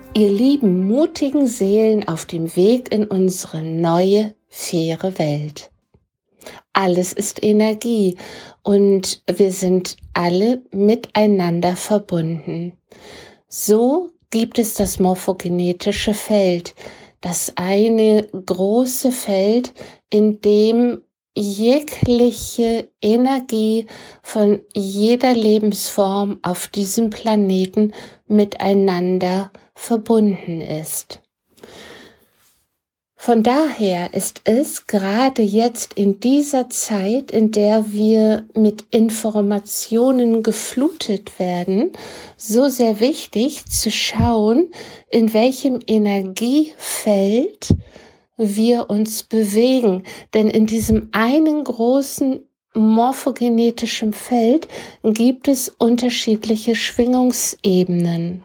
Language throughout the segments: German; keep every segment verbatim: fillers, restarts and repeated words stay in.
Ihr lieben, mutigen Seelen auf dem Weg in unsere neue, faire Welt. Alles ist Energie und wir sind alle miteinander verbunden. So gibt es das morphogenetische Feld, das eine große Feld, in dem jegliche Energie von jeder Lebensform auf diesem Planeten miteinander verbunden ist. Von daher ist es gerade jetzt in dieser Zeit, in der wir mit Informationen geflutet werden, so sehr wichtig zu schauen, in welchem Energiefeld wir uns bewegen. Denn in diesem einen großen morphogenetischen Feld gibt es unterschiedliche Schwingungsebenen.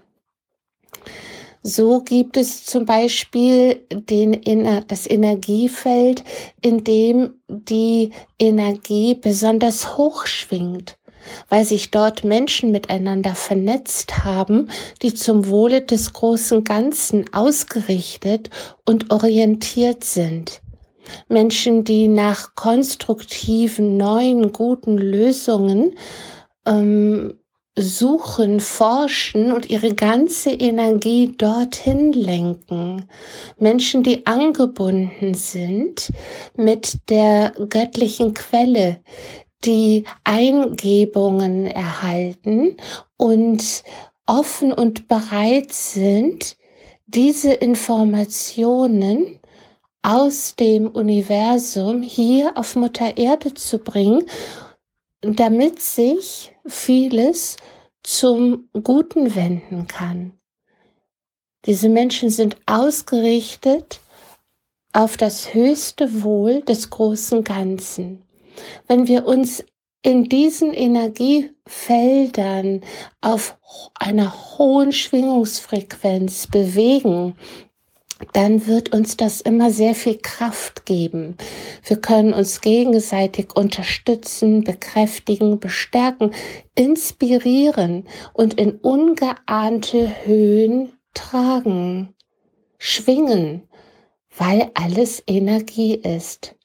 So gibt es zum Beispiel den, das Energiefeld, in dem die Energie besonders hoch schwingt, weil sich dort Menschen miteinander vernetzt haben, die zum Wohle des großen Ganzen ausgerichtet und orientiert sind. Menschen, die nach konstruktiven, neuen, guten Lösungen ähm, suchen, forschen und ihre ganze Energie dorthin lenken. Menschen, die angebunden sind mit der göttlichen Quelle, die Eingebungen erhalten und offen und bereit sind, diese Informationen aus dem Universum hier auf Mutter Erde zu bringen, damit sich vieles zum Guten wenden kann. Diese Menschen sind ausgerichtet auf das höchste Wohl des großen Ganzen. Wenn wir uns in diesen Energiefeldern auf einer hohen Schwingungsfrequenz bewegen, dann wird uns das immer sehr viel Kraft geben. Wir können uns gegenseitig unterstützen, bekräftigen, bestärken, inspirieren und in ungeahnte Höhen tragen, schwingen, weil alles Energie ist.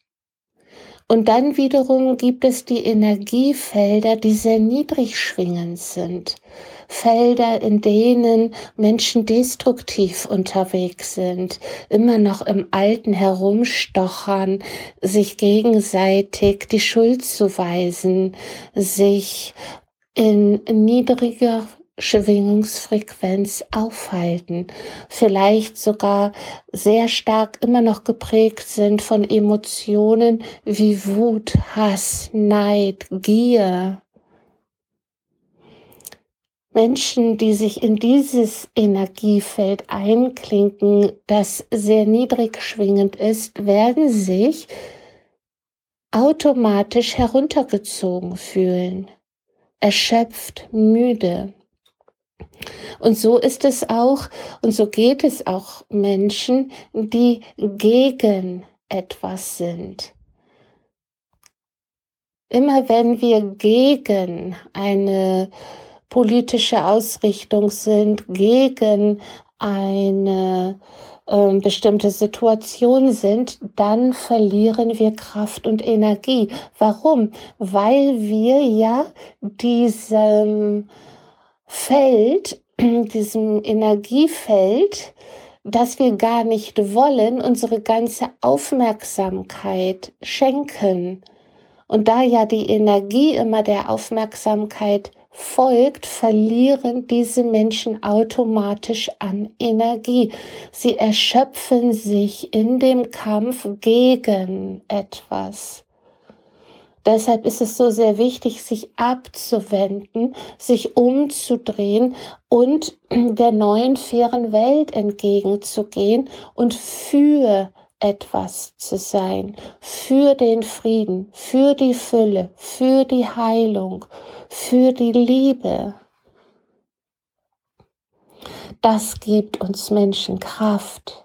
Und dann wiederum gibt es die Energiefelder, die sehr niedrig schwingend sind. Felder, in denen Menschen destruktiv unterwegs sind, immer noch im Alten herumstochern, sich gegenseitig die Schuld zuweisen, sich in niedriger Schwingungsfrequenz aufhalten, vielleicht sogar sehr stark immer noch geprägt sind von Emotionen wie Wut, Hass, Neid, Gier. Menschen, die sich in dieses Energiefeld einklinken, das sehr niedrig schwingend ist, werden sich automatisch heruntergezogen fühlen, erschöpft, müde. Und so ist es auch, und so geht es auch Menschen, die gegen etwas sind. Immer wenn wir gegen eine politische Ausrichtung sind, gegen eine äh, bestimmte Situation sind, dann verlieren wir Kraft und Energie. Warum? Weil wir ja diesem Feld, diesem Energiefeld, das wir gar nicht wollen, unsere ganze Aufmerksamkeit schenken. Und da ja die Energie immer der Aufmerksamkeit folgt, verlieren diese Menschen automatisch an Energie. Sie erschöpfen sich in dem Kampf gegen etwas. Deshalb ist es so sehr wichtig, sich abzuwenden, sich umzudrehen und der neuen fairen Welt entgegenzugehen und für etwas zu sein, für den Frieden, für die Fülle, für die Heilung, für die Liebe. Das gibt uns Menschen Kraft.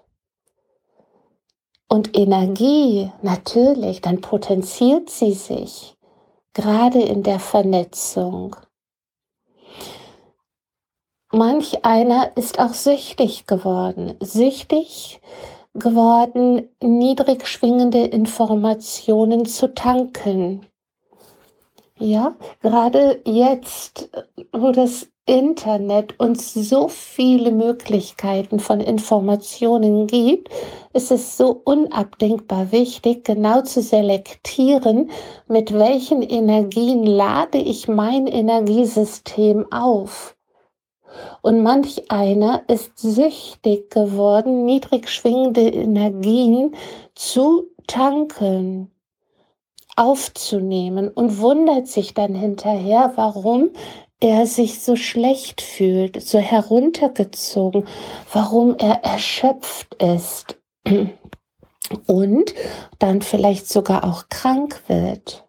Und Energie, natürlich, dann potenziert sie sich, gerade in der Vernetzung. Manch einer ist auch süchtig geworden, süchtig geworden, niedrig schwingende Informationen zu tanken. Ja, gerade jetzt, wo das Internet uns so viele Möglichkeiten von Informationen gibt, ist es so unabdingbar wichtig, genau zu selektieren, mit welchen Energien lade ich mein Energiesystem auf. Und manch einer ist süchtig geworden, niedrig schwingende Energien zu tanken, aufzunehmen und wundert sich dann hinterher, warum er sich so schlecht fühlt, so heruntergezogen, warum er erschöpft ist und dann vielleicht sogar auch krank wird.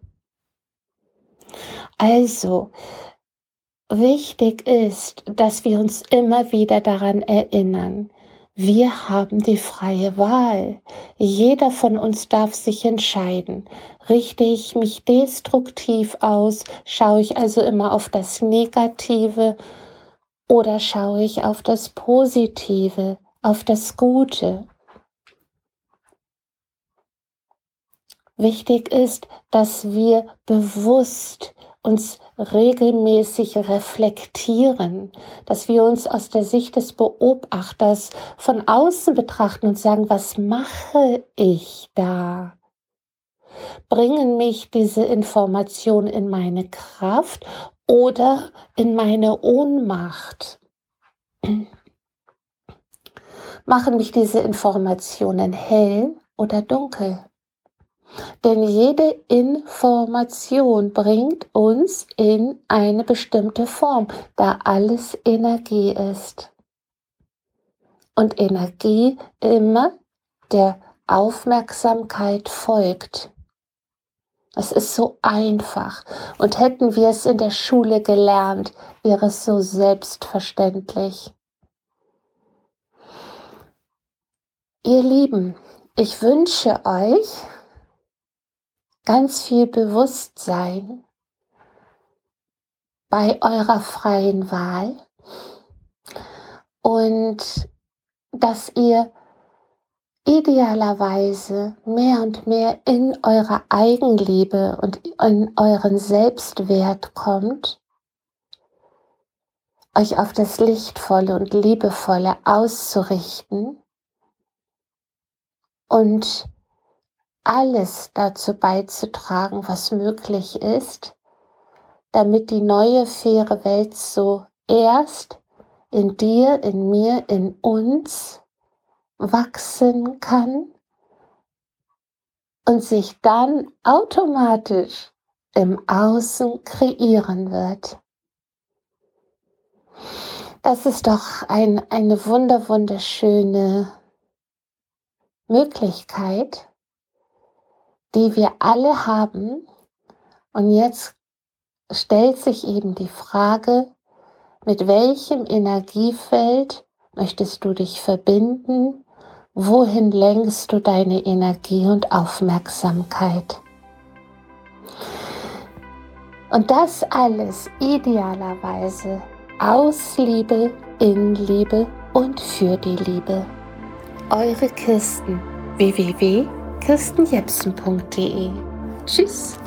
Also, wichtig ist, dass wir uns immer wieder daran erinnern, wir haben die freie Wahl. Jeder von uns darf sich entscheiden. Richte ich mich destruktiv aus, schaue ich also immer auf das Negative oder schaue ich auf das Positive, auf das Gute? Wichtig ist, dass wir bewusst uns regelmäßig reflektieren, dass wir uns aus der Sicht des Beobachters von außen betrachten und sagen, was mache ich da? Bringen mich diese Informationen in meine Kraft oder in meine Ohnmacht? Machen mich diese Informationen hell oder dunkel? Denn jede Information bringt uns in eine bestimmte Form, da alles Energie ist. Und Energie immer der Aufmerksamkeit folgt. Es ist so einfach. Und hätten wir es in der Schule gelernt, wäre es so selbstverständlich. Ihr Lieben, ich wünsche euch ganz viel Bewusstsein bei eurer freien Wahl und dass ihr idealerweise mehr und mehr in eure Eigenliebe und in euren Selbstwert kommt, euch auf das Lichtvolle und Liebevolle auszurichten und alles dazu beizutragen, was möglich ist, damit die neue, faire Welt so erst in dir, in mir, in uns wachsen kann und sich dann automatisch im Außen kreieren wird. Das ist doch ein, eine wunder, wunderschöne Möglichkeit, die wir alle haben. Und jetzt stellt sich eben die Frage, mit welchem Energiefeld möchtest du dich verbinden? Wohin lenkst du deine Energie und Aufmerksamkeit? Und das alles idealerweise aus Liebe, in Liebe und für die Liebe. Eure Kirsten, w w w punkt kirsten jepsen punkt de. Tschüss.